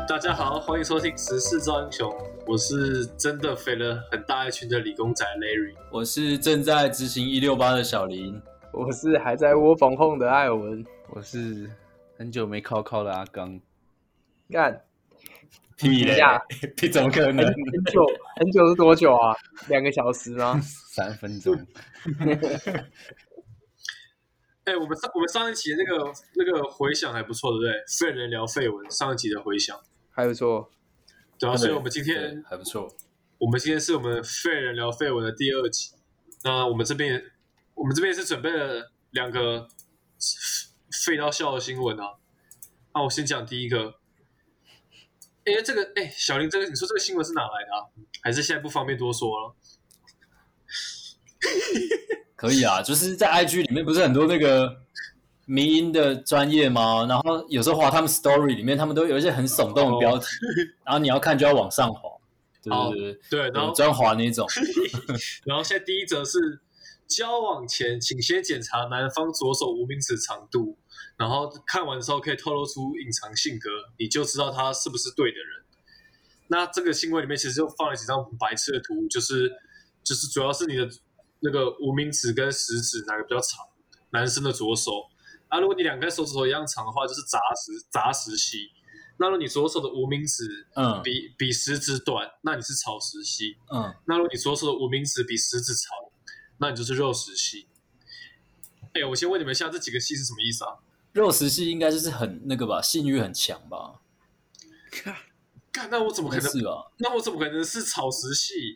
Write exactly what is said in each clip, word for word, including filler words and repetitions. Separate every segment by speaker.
Speaker 1: 大家好，欢迎收听时事造英雄，我是真的肥了很大一群的理工仔 Larry，
Speaker 2: 我是正在执行一六八的小林，
Speaker 3: 我是还在窝防控的艾尔文，
Speaker 4: 我是很久没考考的阿刚。
Speaker 3: 干
Speaker 2: 屁嘞，屁怎么可能？
Speaker 3: 很久很久是多久啊？两个小时吗？
Speaker 4: 三分钟。
Speaker 1: 哎、欸，我们上我们上一期的那个那个回响还不错，对不对？废人聊废文，上一集的回响
Speaker 3: 还不错。
Speaker 1: 对啊，所以我们今天
Speaker 2: 还不错。
Speaker 1: 我们今天是我们废人聊废文的第二集。那我们这边我们这边是准备了两个废到笑的新闻啊。那我先讲第一个。哎、欸，这个哎、欸，小林，这个你说这个新闻是哪来的啊？还是现在不方便多说了？
Speaker 2: 可以啊，就是在 I G 里面不是很多那个迷因的专业吗？然后有时候滑他们 story 里面，他们都有一些很耸动的标题，哦、然后你要看就要往上滑，对对对，
Speaker 1: 对，然后
Speaker 2: 专滑那种。
Speaker 1: 然后现在第一则是交往前请先检查男方左手无名指长度，然后看完之后可以透露出隐藏性格，你就知道他是不是对的人。那这个新闻里面其实就放了几张很白痴的图，就是就是主要是你的那个无名指跟食指哪个比较长，男生的左手啊，如果你两根手指头一样长的话，就是杂食杂食系。那如果你左手的无名指
Speaker 2: 嗯
Speaker 1: 比比食指短，那你是草食系。
Speaker 2: 嗯，
Speaker 1: 那如果你左手的无名指比食指长，那你就是肉食系。哎、欸，我先问你们一下，这几个系是什么意思啊？
Speaker 2: 肉食系应该就是很那个吧，性欲很强吧？
Speaker 1: 干，那我怎么可能
Speaker 2: 是吧？
Speaker 1: 那我怎么可能是草食系？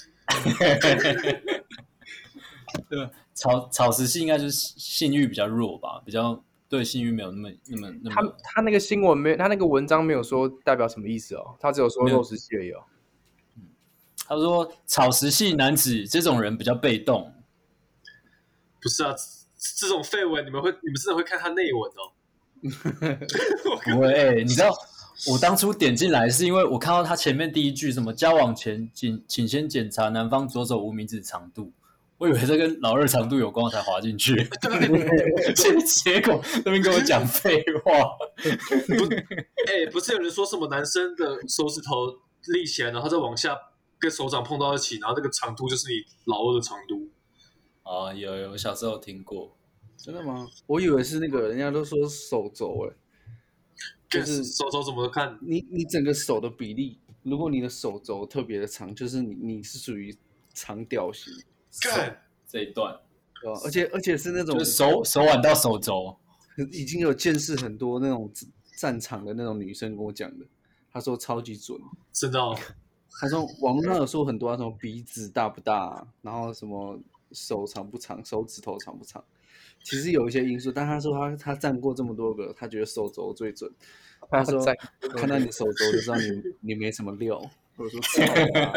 Speaker 2: 对，草草食系应该就是性欲比较弱吧，比较对性欲没有那么那么那么。
Speaker 3: 他他那个新闻没，他那个文章没有说代表什么意思哦，他只有说肉食系而已哦。
Speaker 2: 嗯，他说草食系男子这种人比较被动。
Speaker 1: 不是啊，这种废文你们会你们真的会看他内文哦？
Speaker 2: 不会，哎、欸，你知道我当初点进来是因为我看到他前面第一句什么交往前请请先检查男方左手无名指长度，我以为这跟老二长度有关，我才滑进去。结果那边跟我讲废话。
Speaker 1: 不，哎、欸，不是有人说什么男生的手指头立起来，然后再往下跟手掌碰到一起，然后这个长度就是你老二的长度。
Speaker 2: 哦，有有，我小时候有听过。
Speaker 4: 真的吗？我以为是那个人家都说手肘哎，
Speaker 1: 就是手肘怎么看？
Speaker 4: 你你整个手的比例，如果你的手肘特别的长，就是你你是属于长屌型。
Speaker 1: 干
Speaker 2: 这一段，
Speaker 4: 对吧？而且而且是那种
Speaker 2: 就是手手腕到手肘，
Speaker 4: 已经有见识很多那种战场的那种女生跟我讲的，她说超级准，
Speaker 1: 真的哦。
Speaker 4: 她说网络上有说很多、啊、什么鼻子大不大、啊，然后什么手长不长，手指头长不长，其实有一些因素，但她说她她站过这么多个，她觉得手肘最准。她说看到你手肘就知道你你没什么料。我说操啊！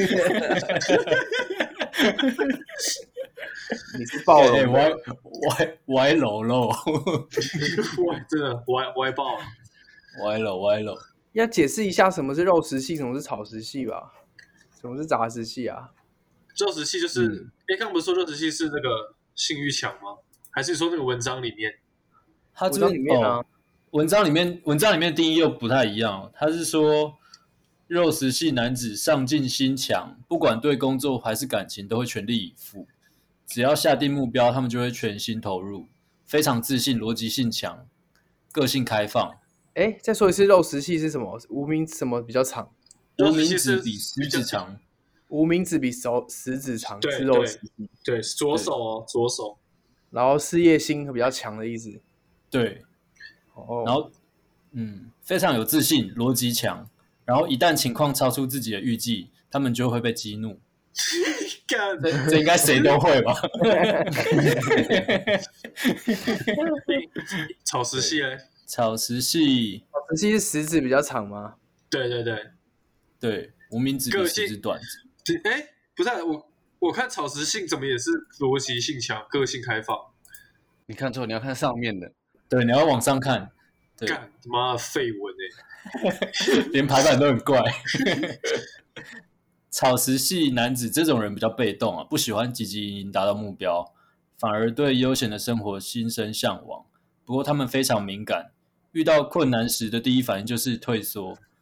Speaker 3: 你是暴龙、
Speaker 2: 欸、歪歪歪楼喽！
Speaker 1: 歪真的歪歪爆了，
Speaker 2: 歪楼歪楼。
Speaker 3: 要解释一下什么是肉食系，什么是草食系吧？什么是杂食系啊？
Speaker 1: 肉食系就是，哎、嗯，刚、欸、不是说肉食系是那个性欲强吗？还是说那个文章里面？
Speaker 2: 他这边
Speaker 3: 里面啊、
Speaker 2: 哦，文章里面文章里面定义又不太一样。他是说，肉食系男子上进心强，不管对工作还是感情都会全力以赴，只要下定目标，他们就会全心投入，非常自信，逻辑性强，个性开放。
Speaker 3: 哎，再说一次，肉食系是什么？无名什么比较长？
Speaker 2: 无名指比食指长。
Speaker 3: 无名指比手食指长，
Speaker 1: 对
Speaker 3: 是肉食系。
Speaker 1: 对，左手哦，左手。
Speaker 3: 然后事业心比较强的意思。
Speaker 2: 对。
Speaker 3: 哦。
Speaker 2: 然后，嗯，非常有自信，逻辑强。然后一旦情况超出自己的预计，他们就会被激怒。这, 这应该谁都会吧？
Speaker 1: 草食系嘞？
Speaker 2: 草食系，
Speaker 3: 草食系是食指比较长吗？
Speaker 1: 对对对
Speaker 2: 对，无名指比食指短。
Speaker 1: 哎，不是、啊、我，我看草食性怎么也是逻辑性强，个性开放。
Speaker 4: 你看错，你要看上面的。
Speaker 2: 对，你要往上看。
Speaker 1: 干妈的废文
Speaker 2: 哎，连排版都很怪。草食系男子这种人比较被动啊，不喜欢积极营营达到目标，反而对悠闲的生活心生向往。不过他们非常敏感，遇到困难时的第一反应就是退缩，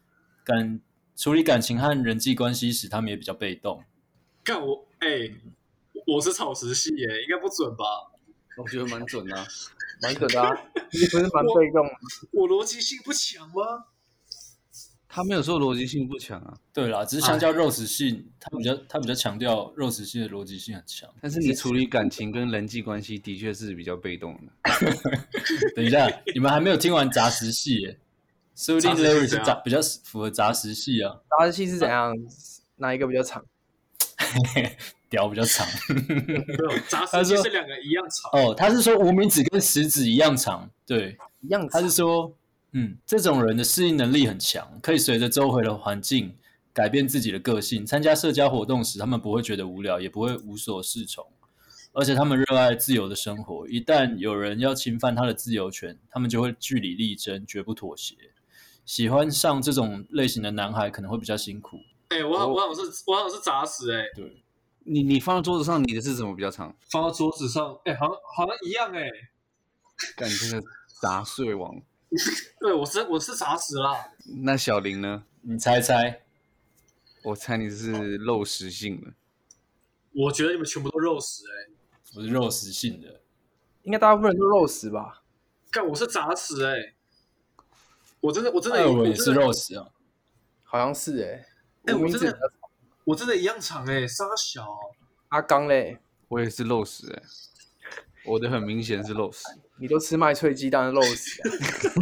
Speaker 2: 感处理感情和人际关系时，他们也比较被动。
Speaker 1: 干我哎、欸，我是草食系耶，应该不准吧？
Speaker 4: 我觉得蛮准的、啊，
Speaker 3: 蛮准的啊，你不是蛮被动的？
Speaker 1: 我逻辑性不强吗？
Speaker 4: 他没有说逻辑性不强啊，
Speaker 2: 对啦，只是相较肉食性，他比较他比较强调肉食性的逻辑性很强。
Speaker 4: 但是你处理感情跟人际关系的确是比较被动的。
Speaker 2: 等一下，你们还没有听完杂食系耶，说不定 Larry 是杂比较符合杂食系啊。
Speaker 3: 杂食系是怎样？哪一个比较长？
Speaker 2: 屌比较长。
Speaker 1: 没有，杂食系是两个一样长。
Speaker 2: 哦，他是说无名指跟食指一样长，对，
Speaker 3: 一样长。
Speaker 2: 他是说。嗯，这种人的适应能力很强，可以随着周围的环境改变自己的个性。参加社交活动时，他们不会觉得无聊，也不会无所适从，而且他们热爱自由的生活。一旦有人要侵犯他的自由权，他们就会据理力争，绝不妥协。喜欢上这种类型的男孩可能会比较辛苦。
Speaker 1: 哎、欸，我好我好像是我好像是杂食哎、欸。
Speaker 2: 对，
Speaker 4: 你你放在桌子上，你的是什么比较长？
Speaker 1: 放到桌子上，哎、欸，好像好像一样哎、欸。
Speaker 4: 干这个杂碎王。
Speaker 1: 对，我是我是杂食啦。
Speaker 4: 那小林呢？
Speaker 2: 你猜猜？
Speaker 4: 我猜你是肉食性的。
Speaker 1: 我觉得你们全部都肉食哎、欸。
Speaker 2: 我是肉食性的，
Speaker 3: 应该大部分人都肉食吧？
Speaker 1: 干，我是杂食哎、欸。我真的我真的
Speaker 2: 艾文也是肉食啊，
Speaker 3: 好像是哎、欸。
Speaker 1: 哎、欸，我真的我真的一样长哎、欸，沙小、哦。
Speaker 3: 阿刚嘞，
Speaker 4: 我也是肉食哎、欸。我的很明显是肉食，
Speaker 3: 你都吃麦脆鸡，当然肉食啊。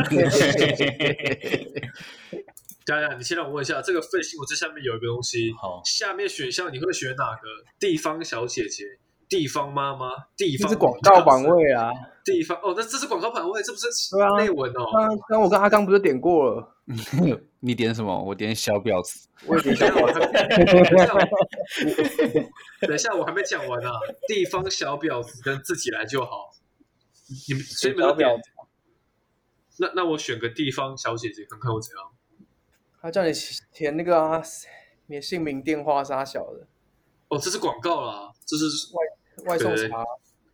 Speaker 1: 等一下，你先让我问一下，这个废信我这下面有一个东西，
Speaker 2: 好，
Speaker 1: 下面选项你会选哪个？地方小姐姐、地方妈妈、地方
Speaker 3: 这是广告版位啊。
Speaker 1: 地方哦，那这是广告版位，这不是内文哦。
Speaker 3: 刚刚我跟阿刚不是点过了？
Speaker 4: 你点什么？我点小婊子。
Speaker 3: 我也点小婊子。
Speaker 1: 等一下，我还没讲完啊。地方小婊子跟自己来就好。你们所以你们都点。那那我选个地方小姐姐看看我怎样。
Speaker 3: 他叫你填那个啊，你的姓名、电话啥小的。
Speaker 1: 哦，这是广告啦，这是
Speaker 3: 外外送茶。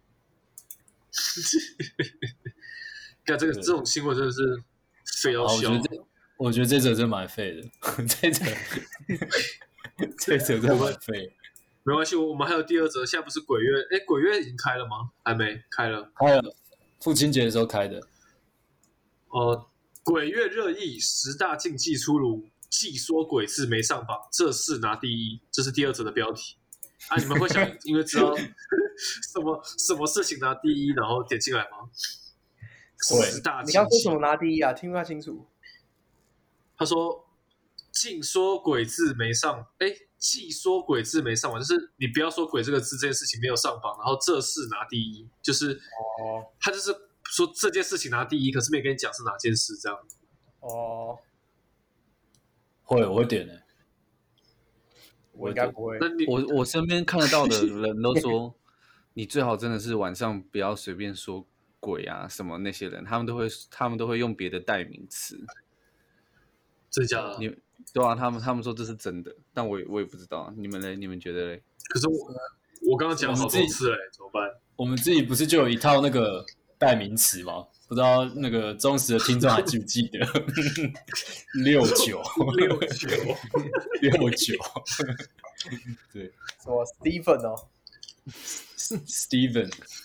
Speaker 1: 干这个这种新闻真的是废到笑。
Speaker 2: 我觉得这，我觉得这则真蛮废的，这则这则真蛮废。
Speaker 1: 没关系，我们还有第二则，现在不是鬼月？哎，鬼月已经开了吗？还没开了，
Speaker 2: 开了，父亲节的时候开的。
Speaker 1: 呃，鬼月热议，十大禁忌出炉，既说鬼字没上榜，这事拿第一，这是第二则的标题。啊，你们会想因为知道什么什么事情拿第一，然后点进来吗？十大禁忌。
Speaker 3: 你刚说什么拿第一啊？听不太清楚。
Speaker 1: 他说，尽说鬼字没上，哎，既说鬼字没上榜，就是你不要说鬼这个字，这件事情没有上榜，然后这事拿第一，就是
Speaker 3: 哦，
Speaker 1: 他就是说这件事情拿第一，可是没跟你讲是哪件事，这样。
Speaker 3: 哦，
Speaker 2: 会，我会点的、欸。
Speaker 3: 我应该不会。
Speaker 1: 那你
Speaker 4: 我我身边看得到的人都说，你最好真的是晚上不要随便说鬼啊什么那些人，他们都会他们都会用别的代名词。
Speaker 1: 真假的？
Speaker 4: 你对啊，他们他们说这是真的，但我也我也不知道啊。你们嘞？你们觉得嘞？
Speaker 1: 可是我我刚刚讲好多次嘞，怎么办？
Speaker 2: 我们自己不是就有一套那个代名词吗？不知道那个忠实的听众还记不记得？六九
Speaker 1: 六九
Speaker 2: 六九，对，
Speaker 3: 什么 Stephen 哦
Speaker 2: ，Steven。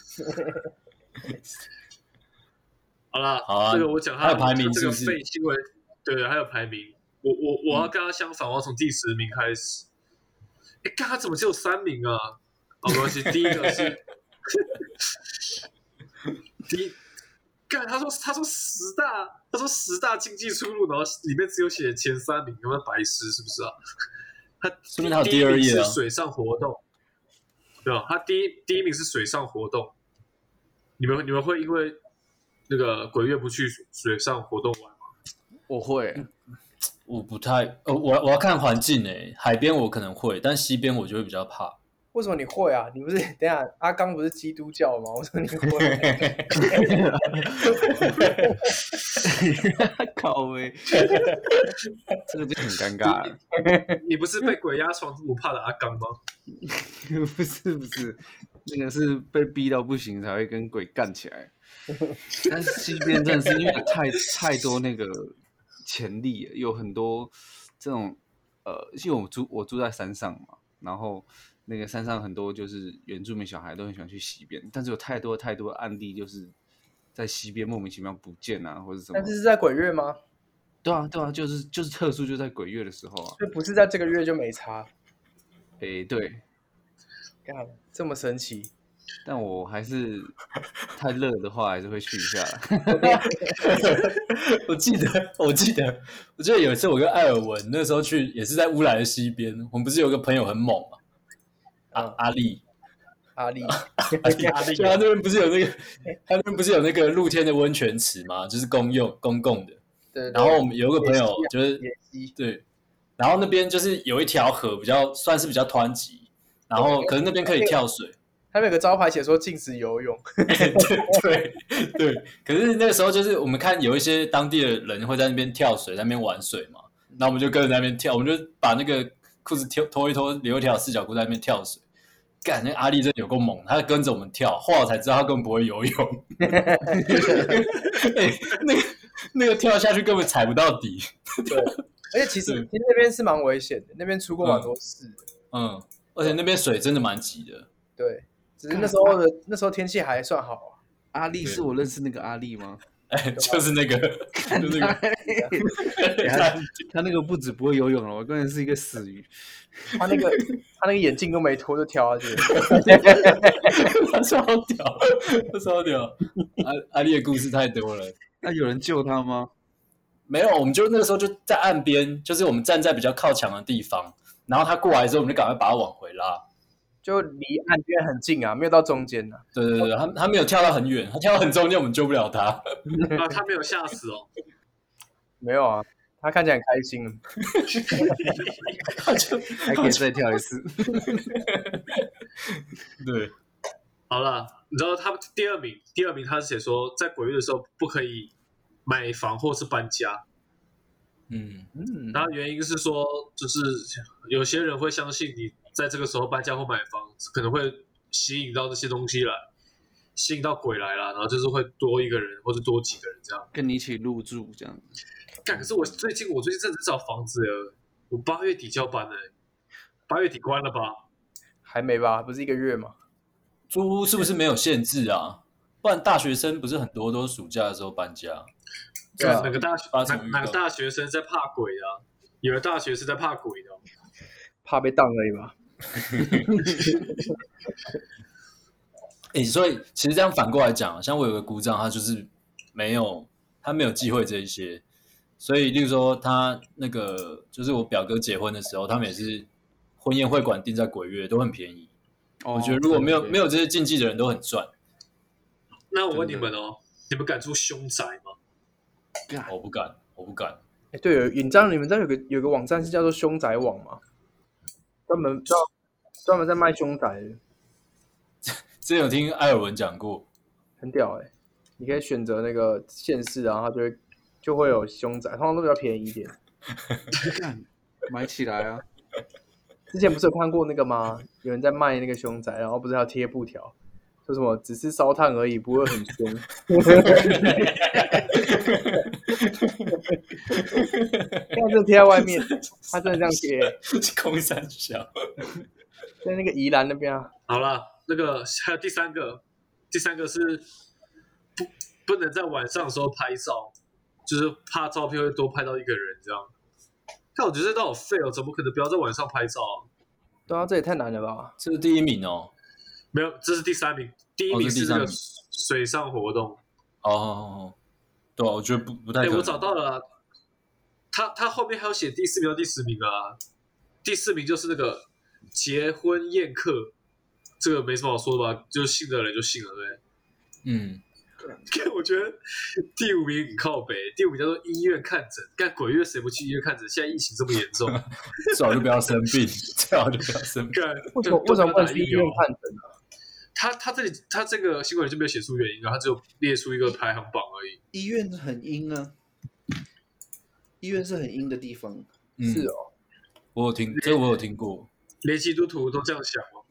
Speaker 1: 好啦，
Speaker 2: 好啊，
Speaker 1: 这个我讲
Speaker 2: 还有排名
Speaker 1: 这个
Speaker 2: 是不是？
Speaker 1: 废新闻，对，还有排名。我我我要跟他相反，我要从第十名开始。哎，干他怎么只有三名啊？好，没关系，第一个是第一。干，他说他说十大，他说十大经济出路，然后里面只有写前三名，有没有白痴？是不是啊？他
Speaker 2: 说明他有第二页啊。
Speaker 1: 是水上活动，对吧？他第一第一名是水上活动。你们你们会因为那个鬼月不去水上活动玩吗？
Speaker 4: 我会，
Speaker 2: 我不太，呃，我我要看环境诶，海边我可能会，但西边我就会比较怕。
Speaker 3: 为什么你会啊？你不是等一下阿刚不是基督教吗？为什么你会？
Speaker 4: 靠呗，这个就很尴尬了。
Speaker 1: 你, 你不是被鬼压床不怕的阿刚吗？
Speaker 4: 不是不是，那个是被逼到不行才会跟鬼干起来。但是西边真的是因为太太多那个潜力了，有很多这种呃，因为我住我住在山上嘛，然后那个山上很多就是原住民小孩都很喜欢去溪边，但是有太多太多案例就是在溪边莫名其妙不见啊，或者什么。
Speaker 3: 但是是在鬼月吗？
Speaker 4: 对啊，对啊，就是就是特殊就在鬼月的时候啊。
Speaker 3: 就不是在这个月就没差。
Speaker 4: 诶，对。
Speaker 3: 干，这么神奇。
Speaker 4: 但我还是太热的话，还是会去一下啦。
Speaker 2: 我记得，我记得，我记得有一次我跟艾尔文那时候去，也是在乌来的溪边。我们不是有个朋友很猛嘛？阿、嗯、阿力，
Speaker 3: 阿力，
Speaker 2: 阿力，阿力，他那边不是有那个，他那边不是有那个露天的温泉池吗？就是公用、公共的。
Speaker 3: 对。
Speaker 2: 然后我们有一个朋友就是对，然后那边就是有一条河，比较算是比较湍急，然后可是那边可以跳水。
Speaker 3: 他们有个招牌写说禁止游泳。
Speaker 2: 对对对，可是那个时候就是我们看有一些当地的人会在那边跳水，在那边玩水嘛，然后我们就跟着在那边跳，我们就把那个裤子脱一脱，留一条四角裤在那边跳水。干，那阿力真的有够猛，他跟着我们跳，后来我才知道他根本不会游泳。欸、那个那个跳下去根本踩不到底。
Speaker 3: 对，而且其实其实那边是蛮危险的，那边出过蛮多事的。
Speaker 2: 嗯，而且那边水真的蛮急的。
Speaker 3: 对。只是那时候的那时候天气还算好啊。
Speaker 4: 阿力是我认识那个阿力吗？
Speaker 2: 哎，就是那个，就是那个。
Speaker 4: 他, 他那个不止不会游泳了，我根本是一个死鱼。
Speaker 3: 他那个他那个眼镜都没脱就跳下去。
Speaker 2: 他超屌，他超屌。阿阿力的故事太多了。
Speaker 4: 那有人救他吗？
Speaker 2: 没有，我们就那个时候就在岸边，就是我们站在比较靠墙的地方，然后他过来之后，我们就赶快把他往回拉。
Speaker 3: 就离岸边很近啊，没有到中间啊。
Speaker 2: 对对对，他他没有跳到很远，他跳到很中间，我们救不了他。
Speaker 1: 啊，他没有吓死哦。
Speaker 3: 没有啊，他看起来很开心。
Speaker 2: 他就
Speaker 4: 还可以再跳一次。
Speaker 2: 对，
Speaker 1: 好了，你知道他第二名，第二名他是写说，在鬼月的时候不可以买房或是搬家。
Speaker 2: 嗯
Speaker 1: 嗯，然后原因是说，就是有些人会相信你在这个时候搬家或买房，可能会吸引到这些东西来，吸引到鬼来啦，然后就是会多一个人或者多几个人这样
Speaker 4: 跟你一起入住这样。
Speaker 1: 干，可是我最近我最近正在找房子了，我八月底就要搬了，八月底关了吧？
Speaker 3: 还没吧？不是一个月吗？
Speaker 2: 租屋是不是没有限制啊？不然大学生不是很多都暑假的时候搬家？
Speaker 1: 对啊，哪个大学哪哪个大学生在怕鬼的、啊？有的大学是在怕鬼的、哦，
Speaker 3: 怕被当而已吧。
Speaker 2: 欸、所以其实这样反过来讲，像我有个姑丈，他就是没有他没有忌讳这一些，所以例如说他那个就是我表哥结婚的时候，他们也是婚宴会馆订在鬼月都很便宜。哦、我觉得如果没有没有这些禁忌的人都很赚。
Speaker 1: 那我问你们哦，你们敢住凶宅吗？
Speaker 2: 我不敢，我不敢。
Speaker 3: 哎，对，你知道你们知道有个有个网站是叫做凶宅网吗？专门专门在卖凶宅的。
Speaker 2: 之前有听艾尔文讲过，
Speaker 3: 很屌哎、欸！你可以选择那个县市，然后它就会就会有凶宅，通常都比较便宜一点。
Speaker 4: 买起来啊！
Speaker 3: 之前不是有看过那个吗？有人在卖那个凶宅，然后不是要贴布条，说什么只是烧炭而已，不会很凶。他真的贴在外面，他真的这样贴、欸，
Speaker 2: 空三小，
Speaker 3: 在那个宜兰那边啊。
Speaker 1: 好了，那个还有第三个，第三个是不不能在晚上的时候拍照，就是怕照片会多拍到一个人这样。但我觉得这都好废哦，怎么可能不要在晚上拍照啊？
Speaker 3: 对啊，这也太难了吧！
Speaker 2: 这是第一名哦。
Speaker 1: 没有，这是第三名，第一名是那个水上活动。
Speaker 2: 哦，哦对啊，我觉得不不太可能。
Speaker 1: 欸、我找到了、啊，他他后面还有写第四名到第十名啊。第四名就是那个结婚宴客，这个没什么好说的吧？就是信的人就信了，对不对？
Speaker 2: 嗯。
Speaker 1: 我觉得第五名很靠北，第五名叫做医院看诊。干鬼月谁不去医院看诊？现在疫情这么严重，
Speaker 2: 最好就不要生病，最好就不要生病。
Speaker 3: 为什么为什么不能去医院看诊呢、啊？
Speaker 1: 他他这里他这个新闻就没有写出原因啊，他只有列出一个排行榜而已。
Speaker 4: 医院很阴啊，医院是很阴的地方。
Speaker 2: 嗯、
Speaker 3: 是哦，
Speaker 2: 我有听，这个我有听过，
Speaker 1: 连基督徒都这样想吗？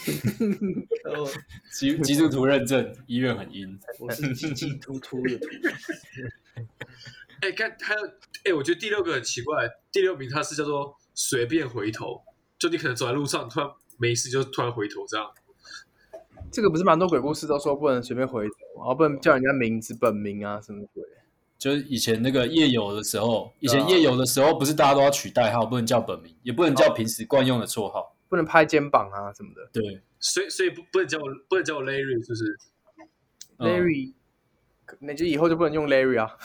Speaker 2: 基基督徒认证医院很阴，
Speaker 4: 我是基基突突的徒。
Speaker 1: 哎，看还有哎，我觉得第六个很奇怪，第六名它是叫做随便回头，就你可能走在路上，突然没事就突然回头这样。
Speaker 3: 这个不是蛮多鬼故事都说不能随便回头，然后不能叫人家名字本名啊什么鬼。
Speaker 2: 就是以前那个夜游的时候，以前夜游的时候不是大家都要取代号，不能叫本名，也不能叫平时惯用的绰号，
Speaker 3: 不能拍肩膀啊什么的。
Speaker 2: 对，
Speaker 1: 所以所以不不能叫我不能叫我 Larry， 是不是？
Speaker 3: Larry，、嗯、那就以后就不能用 Larry 啊。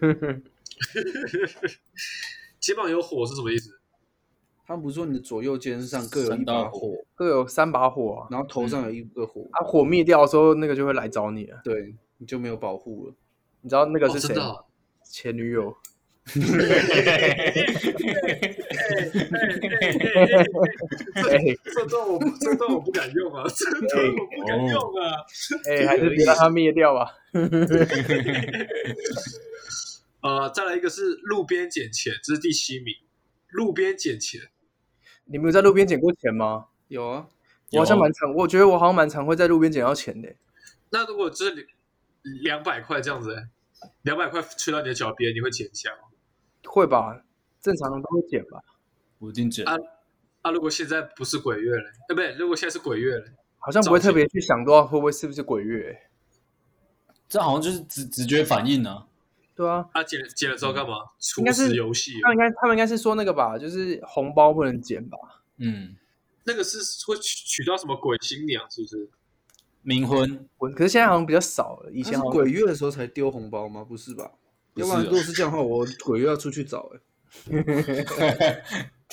Speaker 2: 肩
Speaker 1: 膀有火是什么意思？
Speaker 4: 他们不是说你的左右肩上各有一把火，
Speaker 3: 各有三把火、啊，
Speaker 4: 然后头上有一个火，
Speaker 3: 啊，火灭掉的时候，那个就会来找你了，
Speaker 4: 对，你就没有保护了。
Speaker 3: 你知道那个是谁？
Speaker 1: 哦、
Speaker 3: 前女友。
Speaker 1: 这段我这段我不敢用啊，这段我不敢用啊。
Speaker 3: 哎、欸，还是别让它灭掉吧。
Speaker 1: 呃，再来一个是路边捡钱，这是第七名。路边捡钱，
Speaker 3: 你们有在路边捡过钱吗？
Speaker 4: 有啊，
Speaker 3: 我好像蛮常，我觉得我好像蛮常会在路边捡到钱的。
Speaker 1: 那如果就是两百块这样子，两百块吹到你的脚边，你会捡一下吗？
Speaker 3: 会吧，正常人都会捡吧。
Speaker 2: 我一定捡。
Speaker 1: 啊啊！如果现在不是鬼月了，哎，不对，如果现在是鬼月了，
Speaker 3: 好像不会特别去想到会不会是不是鬼月。
Speaker 2: 这好像就是直直觉反应啊。
Speaker 3: 对啊。
Speaker 1: 啊，捡捡了之后干嘛？
Speaker 3: 应该是
Speaker 1: 游戏。
Speaker 3: 他们应该他们应该是说那个吧，就是红包不能捡吧？
Speaker 2: 嗯，
Speaker 1: 那个是会娶到什么鬼新娘，是不是？
Speaker 2: 冥婚。
Speaker 3: 可是现在好像比较少了，以前
Speaker 4: 是鬼月的时候才丢红包吗？不是吧？要不然如果是这样的话，我鬼月要出去找哎、
Speaker 1: 欸。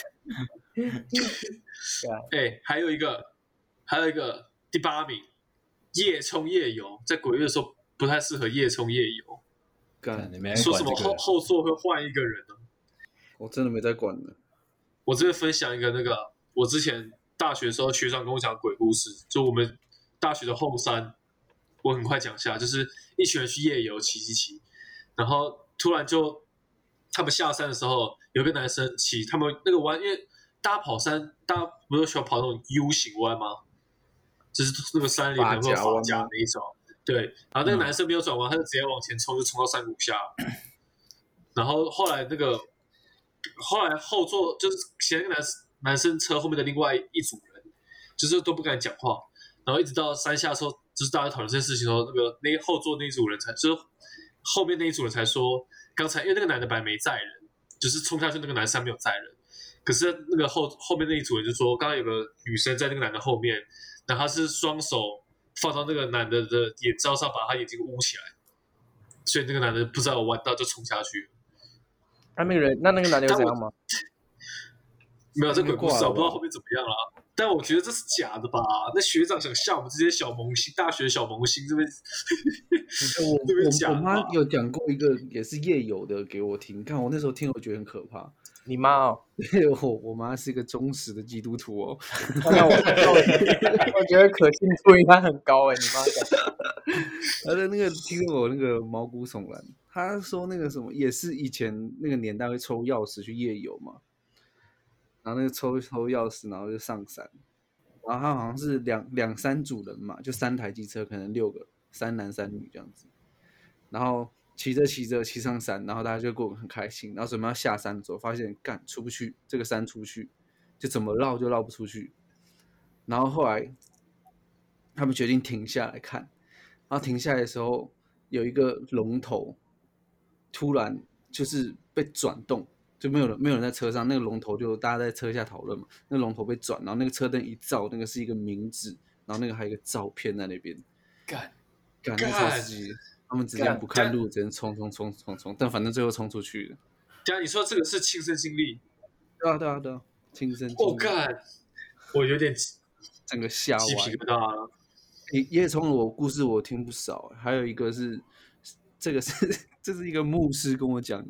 Speaker 1: 哎、欸，还有一个，还有一个第八名，夜冲夜游，在鬼月的时候不太适合夜冲夜游。
Speaker 2: 干，你没
Speaker 1: 说什么后后座会换一个人呢？
Speaker 4: 我真的没在管的。
Speaker 1: 我这边分享一个那个，我之前大学的时候学长跟我讲鬼故事，就我们大学的后山，我很快讲一下，就是一群人去夜游骑骑骑，然后突然就他们下山的时候，有个男生骑他们那个弯，因为大家跑山，大家不是喜欢跑那种 U 型弯吗？就是那个山里面会有发夹那一种。对，然后那个男生没有转弯，他就直接往前冲，就冲到山谷下。然后后来那个，后来后座就是前那个男男生车后面的另外一组人，就是都不敢讲话。然后一直到山下的时候，就是大家讨论这件事情的时候，那个那个后座那一组人才，就是后面那一组人才说，刚才因为那个男的本来没载人，就是冲下去那个男生没有载人，可是那个后后面那一组人就说，刚刚有个女生在那个男的后面，然后他是双手放到那个男的的眼罩上，把他眼睛捂起来，所以那个男的不知道有弯道就冲下去。
Speaker 3: 那那个人，那那个男的有怎样吗？
Speaker 1: 没有，这鬼故事我不知道后面怎么样啦。但我觉得这是假的吧？那学长想吓我们这些小萌新，大学小萌新这边，
Speaker 4: 我这边假。我妈有讲过一个也是夜游的给我听，看我那时候听我觉得很可怕。
Speaker 3: 你妈哦？
Speaker 4: 对，我我妈是一个忠实的基督徒哦。
Speaker 3: 那我我觉得可信度应该很高哎，你妈讲。
Speaker 4: 她的那个听得我那个毛骨悚然。她说那个什么也是以前那个年代会抽钥匙去夜游嘛。然后那个抽抽钥匙，然后就上山，然后他好像是两两三组人嘛，就三台机车，可能六个，三男三女这样子。然后骑着骑着骑上山，然后大家就过得很开心。然后准备要下山的时候，发现干出不去，这个山出不去，就怎么绕就绕不出去。然后后来他们决定停下来看，然后停下来的时候，有一个龙头突然就是被转动。就没有人，没有人在车上，那个龙头就大家在车下讨论嘛。那个龙头被转，然后那个车灯一照，那个是一个名字，然后那个还有一个照片在那边。
Speaker 2: 干
Speaker 4: 干，那个超司机，他们直接不看路，直接冲冲冲冲冲，但反正最后冲出去了。
Speaker 1: 对啊，你说这个是亲身经历？
Speaker 4: 对啊对啊对啊，亲身经历。
Speaker 1: 我干，我有点
Speaker 4: 整个吓
Speaker 1: 鸡皮疙瘩了。
Speaker 4: 夜冲的我故事我听不少，还有一个是这个是。这是一个牧师跟我讲的，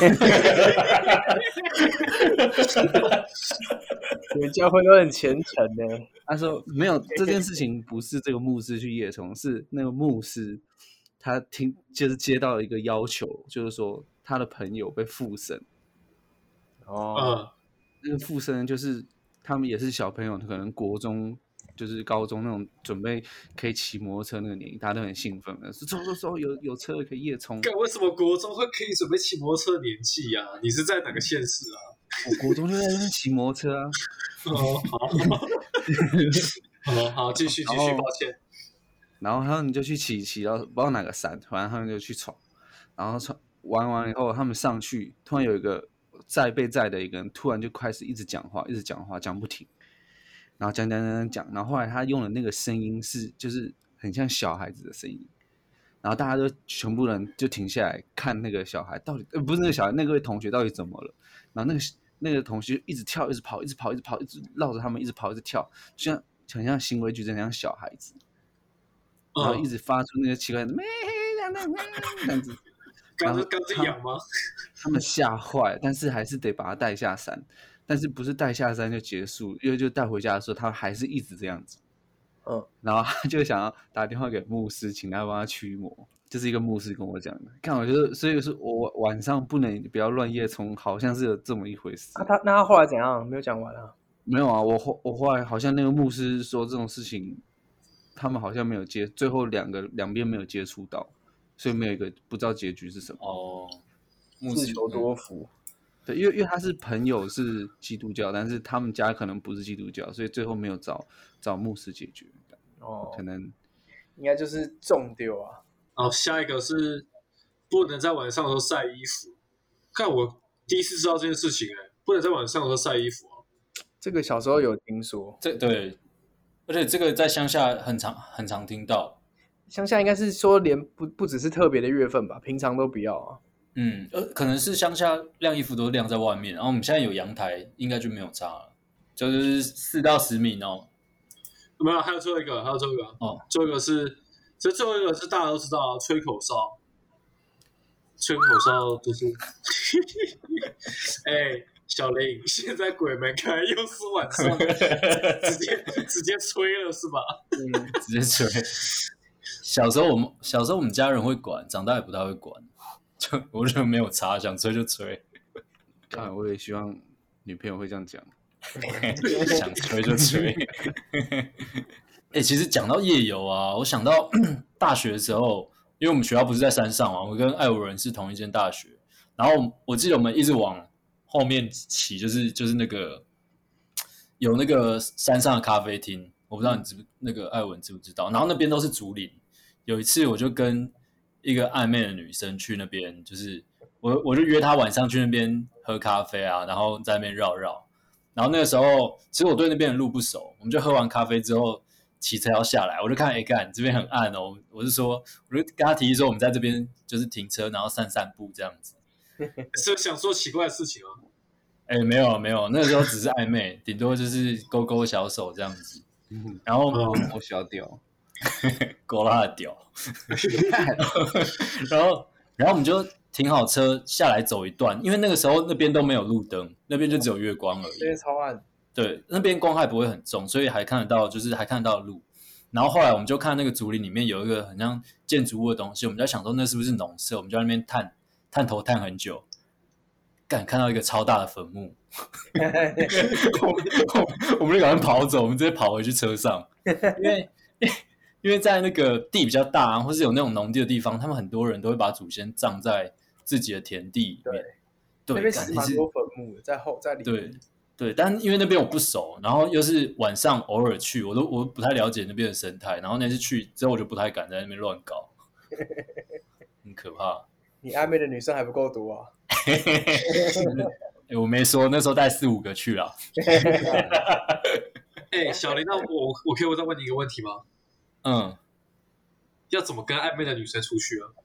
Speaker 3: 你们教会都很虔诚呢。
Speaker 4: 他说没有这件事情，不是这个牧师去夜冲，是那个牧师他听就是接到一个要求，就是说他的朋友被附身。
Speaker 3: 哦，
Speaker 1: 嗯，
Speaker 4: 那个附身就是他们也是小朋友，可能国中就是高中那种准备可以骑摩托车那个年纪，大家都很兴奋的，说走走走，有有车可以夜冲。
Speaker 1: 干为什么国中会可以准备骑摩托车的年纪啊？你是在哪个县市啊？
Speaker 4: 我国中就在那边骑摩托车啊。
Speaker 1: 哦，好，好好，继续继续，抱歉。
Speaker 4: 然后他们就去骑骑到不知道哪个山，反正他们就去闯，然后闯玩完以后，他们上去，突然有一个载被载的一个人，突然就开始一直讲话，一直讲话，讲不停，然后讲讲讲讲讲，然后后来他用的那个声音是就是很像小孩子的声音，然后大家都全部人就停下来看那个小孩到底，呃，不是那个小孩，那个位同学到底怎么了？然后那个那个同学一直跳，一直跑，一直跑，一直跑，一直绕着他们，一直跑，一直跳，就像很像行为举止，很像小孩子。然后一直发出那个奇怪的咩这样子，
Speaker 1: 刚是刚是痒吗？
Speaker 4: 他们吓坏，但是还是得把他带下山，但是不是带下山就结束，因为就带回家的时候，他还是一直这样子。嗯，然后他就想要打电话给牧师，请他帮他驱魔。这是一个牧师跟我讲的。看，我觉得，所以是我晚上不能不要乱夜冲，好像是有这么一回事。
Speaker 3: 啊、他那他后来怎样？没有讲完啊？
Speaker 4: 没有啊，我后我后来好像那个牧师说这种事情。他们好像没有接，最后两个两边没有接触到，所以没有一个不知道结局是什么。
Speaker 2: 哦，
Speaker 3: 自求多福。
Speaker 4: 对，因为因为他是朋友是基督教，但是他们家可能不是基督教，所以最后没有找找牧师解决。哦，可能
Speaker 3: 应该就是中丢啊。
Speaker 1: 好，下一个是不能在晚上的时候晒衣服。看我第一次知道这件事情、欸，哎，不能在晚上的时候晒衣服啊。
Speaker 3: 这个小时候有听说。
Speaker 2: 这对。而且这个在乡下很常很常听到，
Speaker 3: 乡下应该是说连不不只是特别的月份吧，平常都不要啊。
Speaker 2: 嗯，呃，可能是乡下晾衣服都晾在外面，然后我们现在有阳台，应该就没有差了，就是四到十米哦。
Speaker 1: 没有，还有最后一个，还有最后一个哦，最后一个是，这最后一个是大家都知道，吹口哨，吹口哨就是，哎、欸。小林，现在鬼门开，又是晚上，直接直接吹了是吧？
Speaker 2: 嗯，直接吹。小时候我们小时候我们家人会管，长大也不太会管，就我就没有差，想吹就吹。
Speaker 4: 啊，我也希望女朋友会这样讲，
Speaker 2: 想吹就吹。哎、欸，其实讲到夜游啊，我想到大学的时候，因为我们学校不是在山上嘛，我跟艾文人是同一间大学，然后我记得我们一直往后面骑，就是就是那个有那个山上的咖啡厅，我不知道你知不那个艾文知不知道？然后那边都是竹林。有一次我就跟一个暧昧的女生去那边，就是我我就约她晚上去那边喝咖啡啊，然后在那边绕绕。然后那个时候其实我对那边的路不熟，我们就喝完咖啡之后骑车要下来，我就看哎干这边很暗哦，我就说我就跟她提议说我们在这边就是停车，然后散散步这样子。
Speaker 1: 是想说奇怪的事情吗？
Speaker 2: 哎、欸，没有没有，那个时候只是暧昧，顶多就是勾勾小手这样子。然后
Speaker 4: 我小屌，
Speaker 2: 勾他的屌。然后然后我们就停好车下来走一段，因为那个时候那边都没有路灯，那边就只有月光而已。
Speaker 3: 那边超暗。
Speaker 2: 对，那边光害不会很重，所以还看得到，就是还看得到路。然后后来我们就看那个竹林里面有一个很像建筑物的东西，我们在想说那是不是农舍，我们就在那边探。探头探很久，干看到一个超大的坟墓，我们就赶快跑走，我们直接跑回去车上，因为因为在那个地比较大、啊，或是有那种农地的地方，他们很多人都会把祖先葬在自己的田地里面。对，
Speaker 3: 那边其实蛮多坟墓的，在后在里面。
Speaker 2: 对对，但因为那边我不熟，然后又是晚上偶尔去，我都我不太了解那边的生态，然后那次去之后我就不太敢在那边乱搞，很可怕。
Speaker 3: 你暧昧的女生还不够多啊！
Speaker 2: 欸、我没说，那时候带四五个去了。
Speaker 1: 哎、欸，小林，那我我可以再问你一个问题吗？
Speaker 2: 嗯，
Speaker 1: 要怎么跟暧昧的女生出去啊？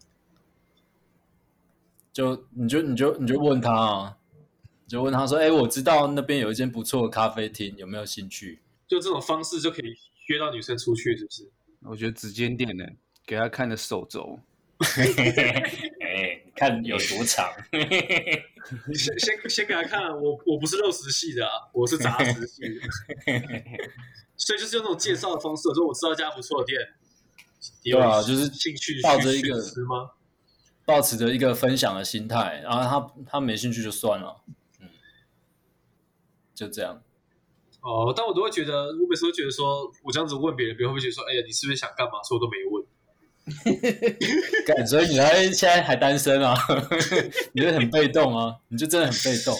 Speaker 2: 就你就你就你就问他啊，你就问他说：“哎、欸，我知道那边有一间不错的咖啡厅，有没有兴趣？”
Speaker 1: 就这种方式就可以约到女生出去，是不是？
Speaker 4: 我觉得指尖点呢，给他看的手肘。
Speaker 2: 哎，看有多长。
Speaker 1: 先先先给他看，我我不是肉食系的啊，我是杂食系的。所以就是用那种介绍的方式，说我知道一家不错的店，
Speaker 2: 对啊，就是
Speaker 1: 兴趣
Speaker 2: 抱着一个
Speaker 1: 吃吗？
Speaker 2: 抱持着一个分享的心态，然后他他没兴趣就算了，嗯，就这样。
Speaker 1: 哦，但我都会觉得，我每次都觉得说，我这样子问别人，别人会不会觉得说，哎呀，你是不是想干嘛？所以我都没问。
Speaker 2: 干，所以你还现在还单身啊？你就很被动啊，你就真的很被动。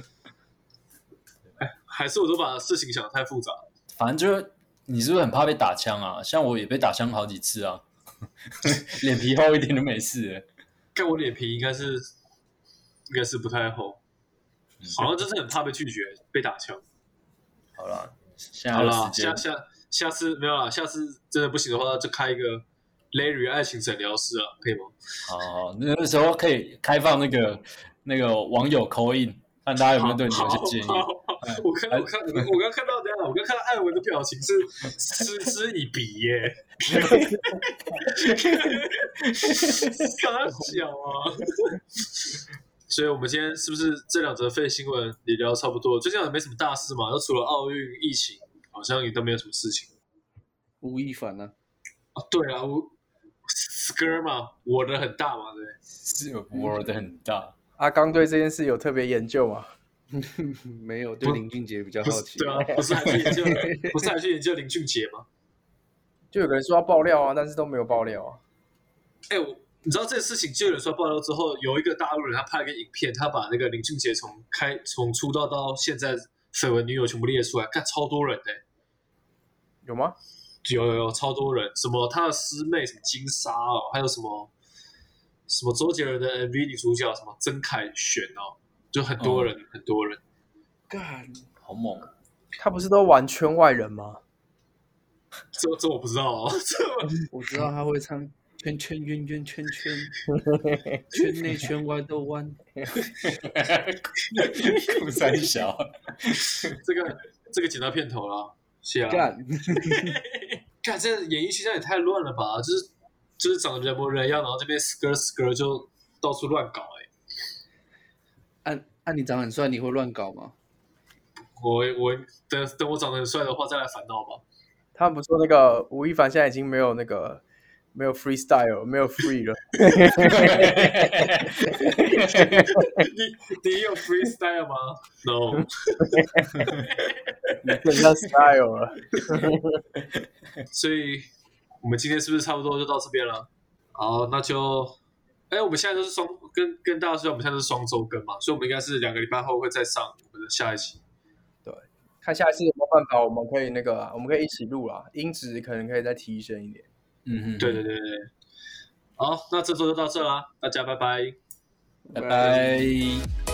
Speaker 1: 哎，还是我都把事情想得太复杂了。
Speaker 2: 反正就是你是不是很怕被打枪啊？像我也被打枪好几次啊，脸皮厚一点就没事了。
Speaker 1: 但我脸皮应该是应该是不太厚，好像真是很怕被拒绝、被打枪。
Speaker 2: 好啦，现在
Speaker 1: 好啦，
Speaker 2: 还有时间
Speaker 1: 下下下次没有啦，下次真的不行的话，就开一个 Larry 爱情诊疗室啊，可以吗？
Speaker 2: 好好，那个时候可以开放那个那个网友 call in，看大家有没有对你有些建议。
Speaker 1: 好好好我看我看我刚我刚看到，等一下我刚看到艾文的表情是嗤之以鼻耶，傻小啊！所以我们今天是不是这两则废新闻也聊差不多？最近也没什么大事嘛，就除了奥运、疫情，好像也都没有什么事情。
Speaker 4: 吴亦凡呢？
Speaker 1: 啊，对啊，我 skr 嘛，我的很大嘛，对不对？
Speaker 2: 是我的很大。
Speaker 3: 阿刚对这件事有特别研究吗？
Speaker 4: 没有，对林俊杰比较好奇。
Speaker 1: 对啊，不是还去研究，不是还去研究林俊杰吗？
Speaker 3: 就有个人说要爆料啊，但是都没有爆料啊。
Speaker 1: 哎，我你知道这个事情，就有人说爆料之后，有一个大陆人他拍了个影片，他把那个林俊杰从开从出道到现在绯闻女友全部列出来，看超多人的、欸，
Speaker 3: 有吗？
Speaker 1: 有有有超多人，什么他的师妹什么金莎哦，还有什么什么周杰伦的 M V 女主角什么曾凯旋哦，就很多人、哦、很多人，
Speaker 4: 干
Speaker 2: 好猛！
Speaker 3: 他不是都玩圈外人吗？
Speaker 1: 这这我不知道哦，
Speaker 4: 我知道他会唱。圈圈圆圆圈圈，圈内圈外都弯。
Speaker 2: 酷三小，
Speaker 1: 这个这个剪到片头了，是啊。干，干，这演艺圈现在也太乱了吧？就是就是长得人模人样，然后这边 skr skr 就到处乱搞哎、
Speaker 4: 欸。按按你长很帅，你会乱搞吗？
Speaker 1: 我我等等我长得很帅的话再来烦恼吧。
Speaker 3: 他们不说那个吴亦凡现在已经没有那个。没有 freestyle， 没有 free 了。
Speaker 1: 你你有 freestyle 吗 ？No，
Speaker 3: 你变成 style 了。
Speaker 1: 所以我们今天是不是差不多就到这边了？好，那就，哎，我们现在都是双跟跟大家说，我们现在都是双周更嘛，所以我们应该是两个礼拜后会再上我们的下一期。
Speaker 3: 对，看下一次有没有办法，我们可以那个，我们可以一起录啦，音质可能可以再提升一点。
Speaker 2: 嗯嗯，
Speaker 1: 对对对对，好，那这周就到这啦，大家拜拜，
Speaker 2: 拜拜。